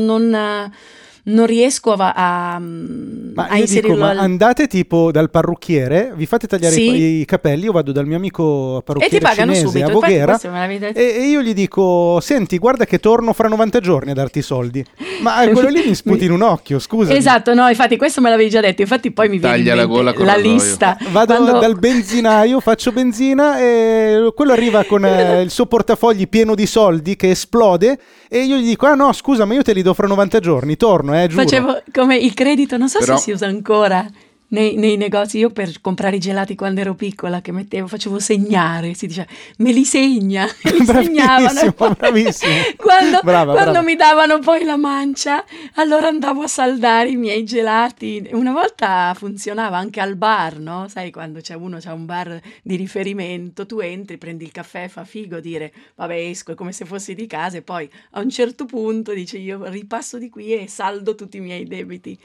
non riesco a inserirlo. Ma andate tipo dal parrucchiere, vi fate tagliare i capelli, io vado dal mio amico parrucchiere e ti pagano cinese subito, a Voghera e io gli dico, senti, guarda che torno fra 90 giorni a darti i soldi, ma quello lì mi sputi in un occhio, scusa. Esatto, no, infatti questo me l'avevi già detto, infatti poi mi viene in mente la lista. Vado dal benzinaio, faccio benzina e quello arriva con il suo portafogli pieno di soldi che esplode e io gli dico, ah no scusa, ma io te li do fra 90 giorni, torno, giuro. Facevo come il credito, non so se si usa ancora nei negozi. Io per comprare i gelati quando ero piccola, che facevo segnare, si diceva me li segna, mi segnavano. Bravissimo. Quando mi davano poi la mancia, allora andavo a saldare i miei gelati. Una volta funzionava anche al bar, no? Sai, quando c'è un bar di riferimento, tu entri, prendi il caffè, fa figo dire vabbè esco, è come se fossi di casa, e poi a un certo punto dice io ripasso di qui e saldo tutti i miei debiti.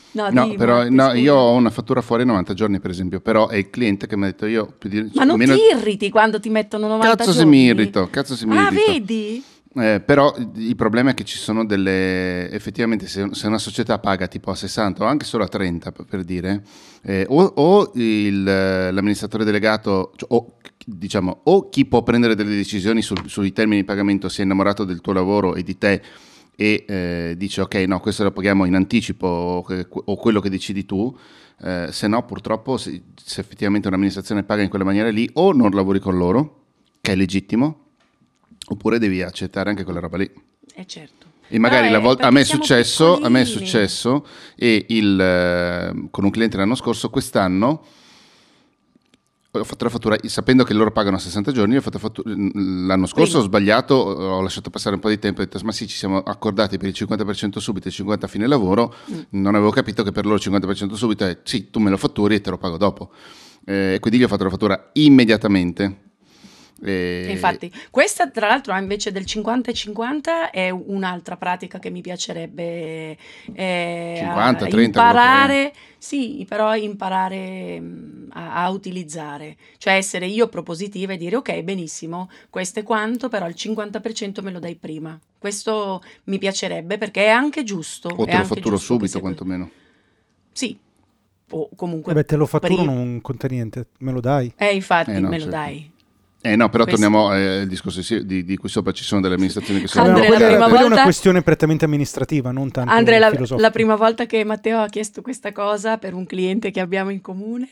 Io ho una fattura fuori 90 giorni per esempio, però è il cliente che mi ha detto ma non ti irriti quando ti mettono 90 giorni? Cazzo se mi irrito. Vedi? Però il problema è che ci sono effettivamente se una società paga tipo a 60 o anche solo a 30 per dire, l'amministratore delegato o chi può prendere delle decisioni sui termini di pagamento si è innamorato del tuo lavoro e di te e dice ok, no, questo lo paghiamo in anticipo o quello che decidi tu, se no purtroppo se effettivamente un'amministrazione paga in quella maniera lì o non lavori con loro, che è legittimo, oppure devi accettare anche quella roba lì. Certo. E magari a me è successo e con un cliente l'anno scorso, quest'anno ho fatto la fattura sapendo che loro pagano a 60 giorni. L'anno scorso ho sbagliato, ho lasciato passare un po' di tempo e ho detto ma sì, ci siamo accordati per il 50% subito e il 50% a fine lavoro. Non avevo capito che per loro il 50% subito è sì, tu me lo fatturi e te lo pago dopo, quindi gli ho fatto la fattura immediatamente. Infatti questa tra l'altro invece del 50-50 è un'altra pratica che mi piacerebbe 50, 30, imparare, sì, però imparare a utilizzare, cioè essere io propositiva e dire ok, benissimo, questo è quanto, però il 50% me lo dai prima. Questo mi piacerebbe perché è anche giusto. O te lo fatturo subito quantomeno. Sì, o comunque te lo fatturo non conta niente, me lo dai. Infatti me lo dai. No, però torniamo al discorso di cui sopra ci sono delle amministrazioni che sono... Quella è una questione prettamente amministrativa, non tanto filosofica. La prima volta che Matteo ha chiesto questa cosa per un cliente che abbiamo in comune,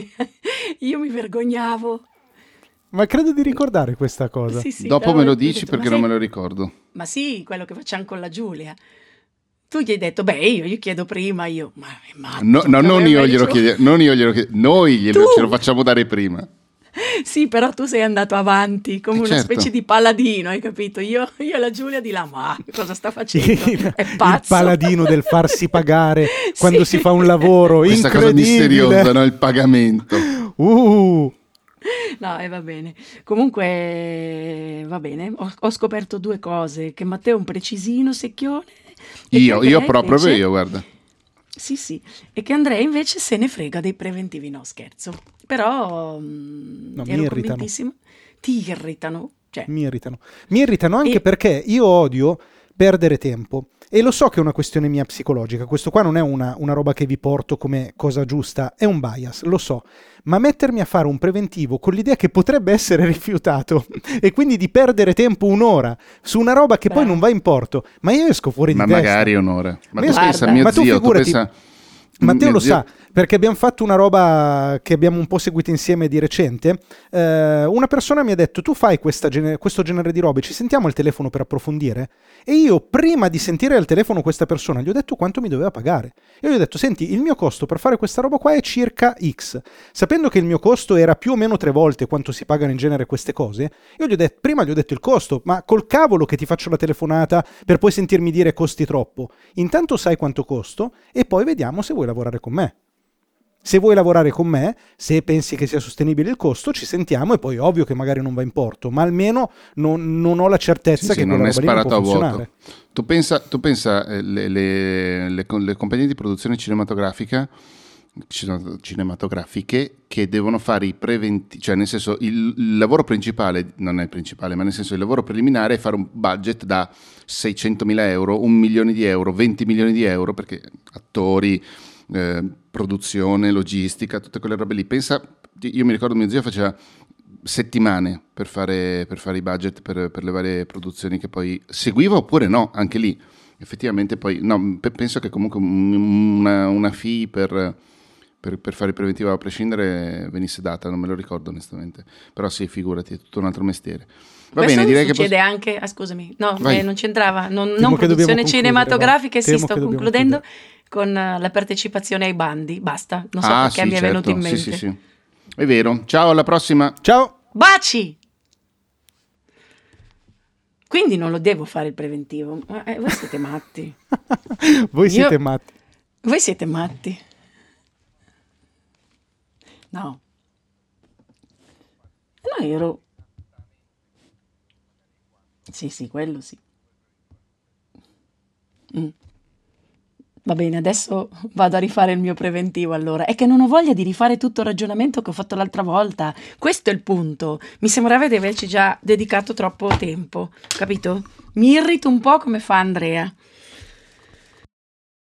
io mi vergognavo. Ma credo di ricordare questa cosa. Sì, dopo me lo dici perché non me lo ricordo. Ma sì, quello che facciamo con la Giulia. Tu gli hai detto, io chiedo prima, ma è matto. Non io glielo chiedo, noi ce lo facciamo dare prima. Sì, però tu sei andato avanti come una specie di paladino, hai capito? Io e la Giulia di là, ma cosa sta facendo? È pazzo. Il paladino del farsi pagare quando si fa un lavoro. Questa cosa misteriosa, no? Il pagamento. No, va bene. Comunque, va bene. Ho scoperto due cose, che Matteo è un precisino secchione. Io proprio, guarda. Sì, e che Andrea invece se ne frega dei preventivi, no scherzo, però ero convintissima. Ti irritano? Mi irritano anche perché io odio perdere tempo. E lo so che è una questione mia psicologica, questo qua non è una roba che vi porto come cosa giusta, è un bias, lo so, ma mettermi a fare un preventivo con l'idea che potrebbe essere rifiutato e quindi di perdere tempo un'ora su una roba che poi non va in porto, ma io esco fuori di testa. Ma magari un'ora. Ma tu Guarda. pensa, mio Ma tu zio, figurati, tu pensa... Matteo mio lo zio- sa, perché abbiamo fatto una roba che abbiamo un po' seguito insieme di recente. Una persona mi ha detto: tu fai questo genere di robe, ci sentiamo al telefono per approfondire? E io, prima di sentire al telefono questa persona, gli ho detto quanto mi doveva pagare. Io gli ho detto: senti, il mio costo per fare questa roba qua è circa X. Sapendo che il mio costo era più o meno 3 volte quanto si pagano in genere queste cose, io prima gli ho detto il costo, ma col cavolo che ti faccio la telefonata per poi sentirmi dire costi troppo. Intanto sai quanto costo e poi vediamo se vuoi lavorare con me. Se vuoi lavorare con me, se pensi che sia sostenibile il costo, ci sentiamo e poi ovvio che magari non va in porto, ma almeno non ho la certeza che non quella è roba lì non sparato può a funzionare. vuoto. Tu pensa le compagnie di produzione cinematografiche che devono fare i preventivi, cioè nel senso il lavoro principale non è il principale, ma nel senso il lavoro preliminare è fare un budget da 600.000 euro, 1 milione di euro, 20 milioni di euro, perché attori, produzione, logistica, tutte quelle robe lì. Pensa, io mi ricordo mio zio faceva settimane per fare i budget per le varie produzioni che poi seguiva, oppure no, anche lì effettivamente poi no, penso che comunque una fee per fare il preventivo a prescindere venisse data, non me lo ricordo onestamente, però sì, figurati, è tutto un altro mestiere. Va Questo bene, direi che succede anche, scusami, no, Vai. non c'entrava, non Temo che dobbiamo produzioni concludere, cinematografiche, va. sì, Temo sto che dobbiamo concludendo chiudere. con la partecipazione ai bandi, basta, non so perché sì, mi è venuto in certo, mente. sì, è vero. Ciao, alla prossima. Ciao! Baci! Quindi non lo devo fare il preventivo, ma, voi siete matti, Voi siete matti. voi siete matti. No. No, ero... Sì, quello sì. Va bene, adesso vado a rifare il mio preventivo allora. È che non ho voglia di rifare tutto il ragionamento che ho fatto l'altra volta. Questo è il punto. Mi sembrava di averci già dedicato troppo tempo, capito? Mi irrito un po' come fa Andrea.